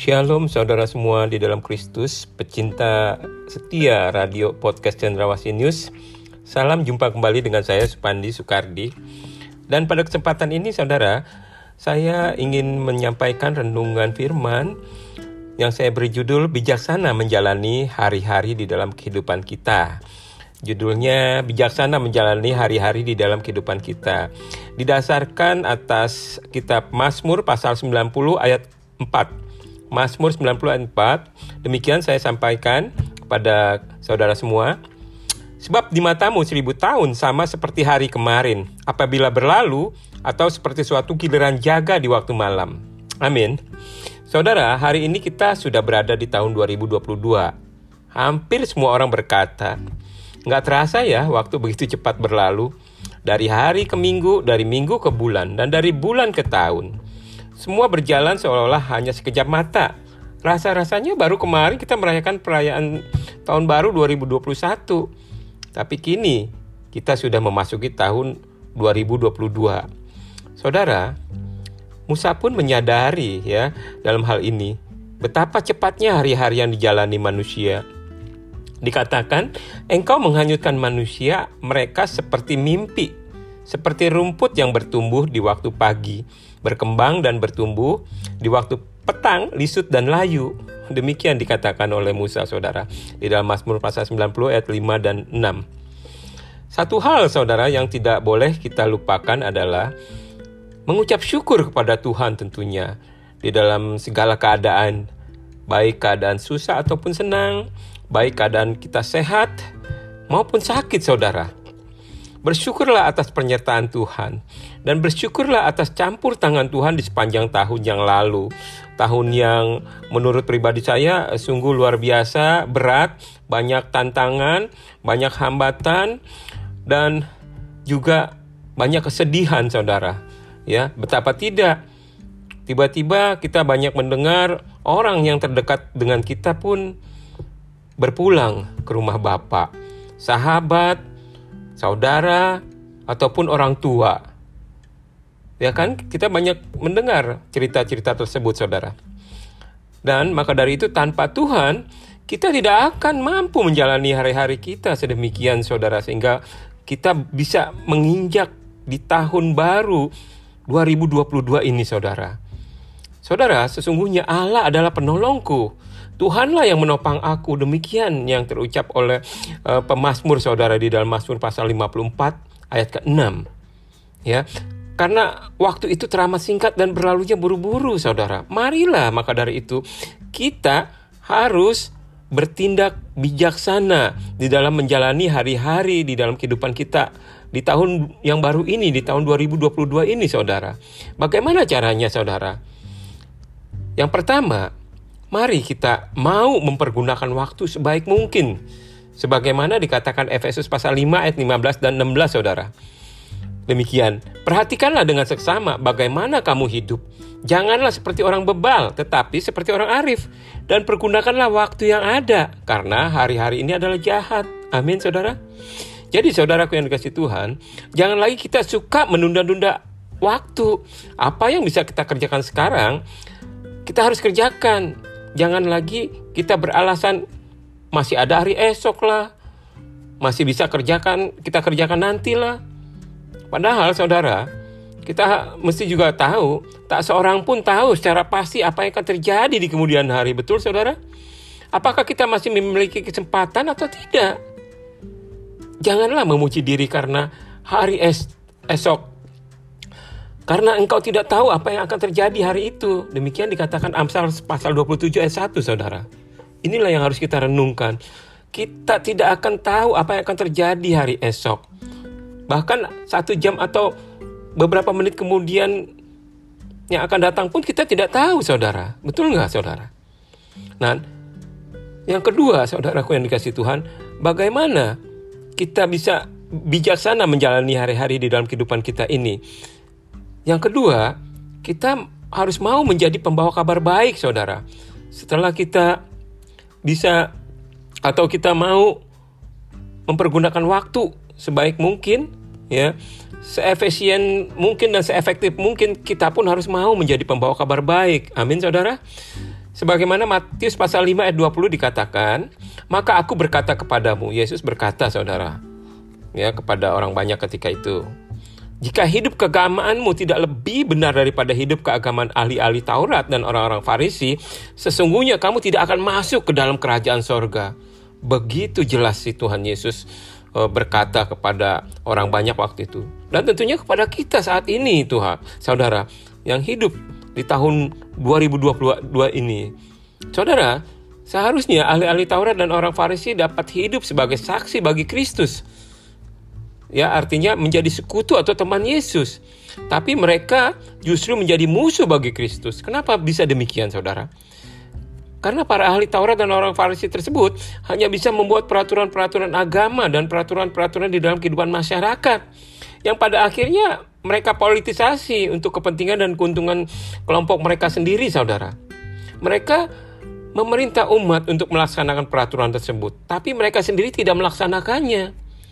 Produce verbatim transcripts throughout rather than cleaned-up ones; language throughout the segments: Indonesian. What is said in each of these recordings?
Shalom saudara semua di dalam Kristus, pecinta setia radio podcast Cendrawasih News. Salam jumpa kembali dengan saya Supandi Sukardi. Dan pada kesempatan ini saudara, saya ingin menyampaikan renungan firman yang saya beri judul Bijaksana Menjalani Hari-Hari di dalam Kehidupan Kita. Judulnya Bijaksana Menjalani Hari-Hari di dalam Kehidupan Kita. Didasarkan atas kitab Mazmur pasal sembilan puluh ayat empat. Mazmur sembilan puluh ayat empat, demikian saya sampaikan kepada saudara semua. Sebab di matamu seribu tahun sama seperti hari kemarin, apabila berlalu, atau seperti suatu giliran jaga di waktu malam. Amin. Saudara, hari ini kita sudah berada di tahun dua ribu dua puluh dua. Hampir semua orang berkata, nggak terasa ya waktu begitu cepat berlalu. Dari hari ke minggu, dari minggu ke bulan, dan dari bulan ke tahun. Semua berjalan seolah-olah hanya sekejap mata. Rasa-rasanya baru kemarin kita merayakan perayaan tahun baru dua ribu dua puluh satu. Tapi kini kita sudah memasuki tahun dua ribu dua puluh dua. Saudara, Musa pun menyadari ya dalam hal ini betapa cepatnya hari-hari yang dijalani manusia. Dikatakan, engkau menghanyutkan manusia, mereka seperti mimpi, seperti rumput yang bertumbuh di waktu pagi, berkembang dan bertumbuh di waktu petang, lisut dan layu. Demikian dikatakan oleh Musa, saudara, di dalam Mazmur pasal sembilan puluh ayat lima dan enam. Satu hal, saudara, yang tidak boleh kita lupakan adalah mengucap syukur kepada Tuhan tentunya di dalam segala keadaan, baik keadaan susah ataupun senang, baik keadaan kita sehat maupun sakit, saudara. Bersyukurlah atas penyertaan Tuhan dan bersyukurlah atas campur tangan Tuhan di sepanjang tahun yang lalu. Tahun yang menurut pribadi saya sungguh luar biasa, berat, banyak tantangan, banyak hambatan dan juga banyak kesedihan, saudara. Ya, betapa tidak tiba-tiba kita banyak mendengar orang yang terdekat dengan kita pun berpulang ke rumah Bapa, sahabat, saudara, ataupun orang tua. Ya kan, kita banyak mendengar cerita-cerita tersebut, saudara. Dan maka dari itu tanpa Tuhan, kita tidak akan mampu menjalani hari-hari kita sedemikian, saudara. Sehingga kita bisa menginjak di tahun baru dua ribu dua puluh dua ini, saudara. Saudara, sesungguhnya Allah adalah penolongku. Tuhanlah yang menopang aku, demikian yang terucap oleh uh, pemazmur, saudara, di dalam Mazmur pasal lima puluh empat ayat keenam. Ya, karena waktu itu teramat singkat dan berlalunya buru-buru, saudara. Marilah maka dari itu kita harus bertindak bijaksana di dalam menjalani hari-hari di dalam kehidupan kita di tahun yang baru ini, di tahun dua ribu dua puluh dua ini, saudara. Bagaimana caranya, saudara? Yang pertama, mari kita mau mempergunakan waktu sebaik mungkin. Sebagaimana dikatakan Efesus pasal lima ayat lima belas dan enam belas, saudara. Demikian, perhatikanlah dengan seksama bagaimana kamu hidup. Janganlah seperti orang bebal, tetapi seperti orang arif. Dan pergunakanlah waktu yang ada, karena hari-hari ini adalah jahat. Amin, saudara. Jadi saudaraku yang dikasihi Tuhan, jangan lagi kita suka menunda-nunda waktu. Apa yang bisa kita kerjakan sekarang, kita harus kerjakan. Jangan lagi kita beralasan masih ada hari esok lah, masih bisa kerjakan, kita kerjakan nantilah. Padahal saudara, kita mesti juga tahu, tak seorang pun tahu secara pasti apa yang akan terjadi di kemudian hari. Betul, saudara? Apakah kita masih memiliki kesempatan atau tidak? Janganlah memuji diri karena hari es- esok. Karena engkau tidak tahu apa yang akan terjadi hari itu. Demikian dikatakan Amsal pasal dua puluh tujuh ayat satu, saudara. Inilah yang harus kita renungkan. Kita tidak akan tahu apa yang akan terjadi hari esok. Bahkan satu jam atau beberapa menit kemudian yang akan datang pun kita tidak tahu, saudara. Betul nggak, saudara? Nah, yang kedua, saudaraku yang dikasihi Tuhan, bagaimana kita bisa bijaksana menjalani hari-hari di dalam kehidupan kita ini? Yang kedua, kita harus mau menjadi pembawa kabar baik, saudara. Setelah kita bisa atau kita mau mempergunakan waktu sebaik mungkin, ya, seefisien mungkin dan seefektif mungkin, kita pun harus mau menjadi pembawa kabar baik. Amin, saudara. Sebagaimana Matius pasal lima ayat dua puluh dikatakan, maka aku berkata kepadamu, Yesus berkata saudara, ya, kepada orang banyak ketika itu, jika hidup keagamaanmu tidak lebih benar daripada hidup keagamaan ahli-ahli Taurat dan orang-orang Farisi, sesungguhnya kamu tidak akan masuk ke dalam kerajaan sorga. Begitu jelas si Tuhan Yesus uh, berkata kepada orang banyak waktu itu. Dan tentunya kepada kita saat ini Tuhan, saudara, yang hidup di tahun dua ribu dua puluh dua ini. Saudara, seharusnya ahli-ahli Taurat dan orang Farisi dapat hidup sebagai saksi bagi Kristus. Ya, artinya menjadi sekutu atau teman Yesus. Tapi mereka justru menjadi musuh bagi Kristus. Kenapa bisa demikian, saudara? Karena para ahli Taurat dan orang Farisi tersebut hanya bisa membuat peraturan-peraturan agama dan peraturan-peraturan di dalam kehidupan masyarakat, yang pada akhirnya mereka politisasi untuk kepentingan dan keuntungan kelompok mereka sendiri, saudara. Mereka memerintah umat untuk melaksanakan peraturan tersebut, tapi mereka sendiri tidak melaksanakannya.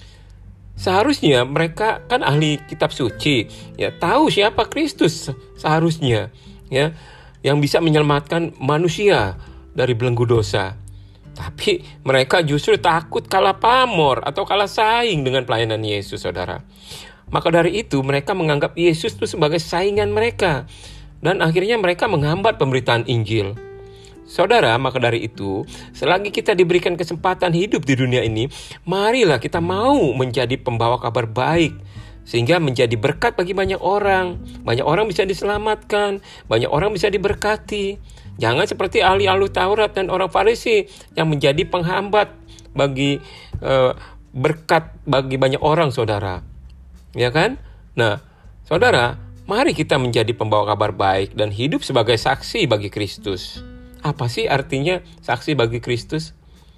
Seharusnya mereka kan ahli kitab suci, ya, tahu siapa Kristus seharusnya, ya, yang bisa menyelamatkan manusia dari belenggu dosa. Tapi mereka justru takut kalah pamor atau kalah saing dengan pelayanan Yesus, saudara. Maka dari itu mereka menganggap Yesus itu sebagai saingan mereka. Dan akhirnya mereka menghambat pemberitaan Injil. Saudara, maka dari itu, selagi kita diberikan kesempatan hidup di dunia ini, marilah kita mau menjadi pembawa kabar baik. Sehingga menjadi berkat bagi banyak orang. Banyak orang bisa diselamatkan. Banyak orang bisa diberkati. Jangan seperti ahli-ahli Taurat dan orang Farisi yang menjadi penghambat bagi uh, berkat bagi banyak orang, saudara. Ya kan? Nah, saudara, mari kita menjadi pembawa kabar baik dan hidup sebagai saksi bagi Kristus. Apa sih artinya saksi bagi Kristus?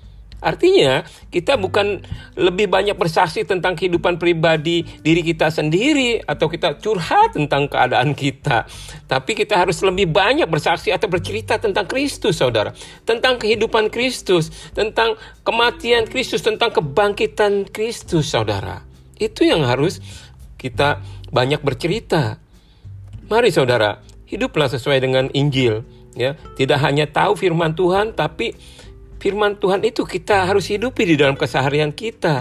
Artinya kita bukan lebih banyak bersaksi tentang kehidupan pribadi diri kita sendiri atau kita curhat tentang keadaan kita, tapi kita harus lebih banyak bersaksi atau bercerita tentang Kristus, saudara, tentang kehidupan Kristus, tentang kematian Kristus, tentang kebangkitan Kristus, saudara. Itu yang harus kita banyak bercerita. Mari saudara, hiduplah sesuai dengan Injil, ya. Tidak hanya tahu firman Tuhan, tapi firman Tuhan itu kita harus hidupi di dalam keseharian kita.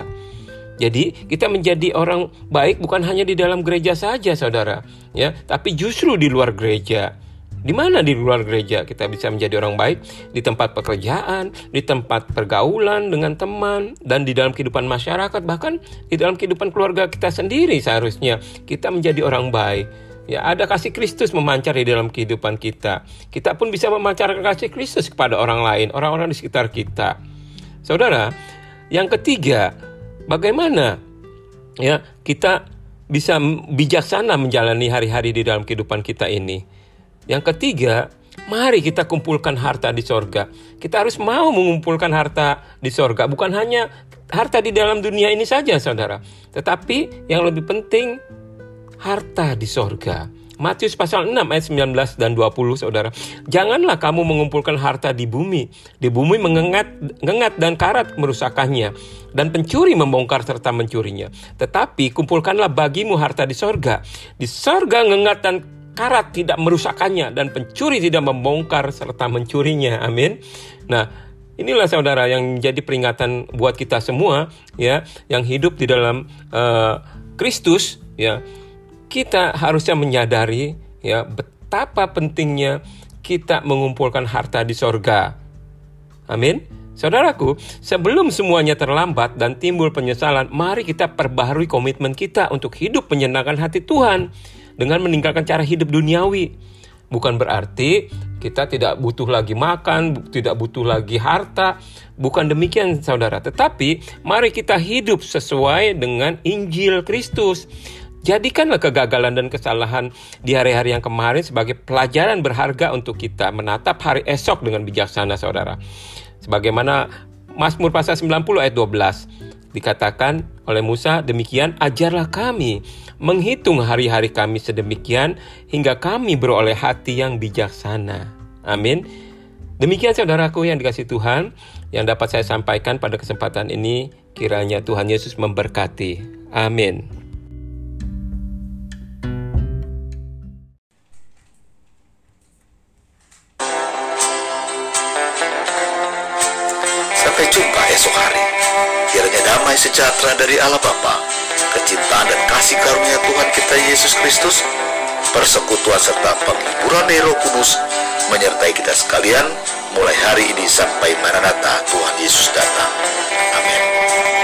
Jadi kita menjadi orang baik bukan hanya di dalam gereja saja, saudara, ya, tapi justru di luar gereja. Di mana di luar gereja kita bisa menjadi orang baik? Di tempat pekerjaan, di tempat pergaulan dengan teman, dan di dalam kehidupan masyarakat, bahkan di dalam kehidupan keluarga kita sendiri seharusnya kita menjadi orang baik. Ya, ada kasih Kristus memancar di dalam kehidupan kita. Kita pun bisa memancarkan kasih Kristus kepada orang lain, orang-orang di sekitar kita. Saudara, yang ketiga, bagaimana ya kita bisa bijaksana menjalani hari-hari di dalam kehidupan kita ini? Yang ketiga, mari kita kumpulkan harta di sorga. Kita harus mau mengumpulkan harta di sorga. Bukan hanya harta di dalam dunia ini saja, saudara. Tetapi yang lebih penting, harta di sorga. Matius pasal enam ayat sembilan belas dan dua puluh, saudara. Janganlah kamu mengumpulkan harta di bumi. Di bumi mengengat, mengengat dan karat merusakannya. Dan pencuri membongkar serta mencurinya. Tetapi kumpulkanlah bagimu harta di sorga. Di sorga mengengat dan karat tidak merusakannya, dan pencuri tidak membongkar serta mencurinya. Amin. Nah, inilah saudara yang menjadi peringatan buat kita semua, ya, yang hidup di dalam uh, Kristus, ya. Kita harusnya menyadari, ya, betapa pentingnya kita mengumpulkan harta di sorga. Amin. Saudaraku, sebelum semuanya terlambat dan timbul penyesalan, mari kita perbaharui komitmen kita untuk hidup menyenangkan hati Tuhan dengan meninggalkan cara hidup duniawi. Bukan berarti kita tidak butuh lagi makan, tidak butuh lagi harta. Bukan demikian, saudara. Tetapi mari kita hidup sesuai dengan Injil Kristus. Jadikanlah kegagalan dan kesalahan di hari-hari yang kemarin sebagai pelajaran berharga untuk kita menatap hari esok dengan bijaksana, saudara. Sebagaimana Mazmur pasal sembilan puluh ayat dua belas dikatakan oleh Musa, demikian ajarlah kami menghitung hari-hari kami sedemikian hingga kami beroleh hati yang bijaksana. Amin. Demikian saudaraku yang dikasihi Tuhan, yang dapat saya sampaikan pada kesempatan ini. Kiranya Tuhan Yesus memberkati. Amin. Sampai jumpa esok hari. Kiranya damai sejahtera dari Allah Bapa, kecintaan dan kasih karunia Tuhan kita Yesus Kristus, persekutuan serta penghiburan dari Roh Kudus menyertai kita sekalian mulai hari ini sampai Maranatha Tuhan Yesus datang. Amin.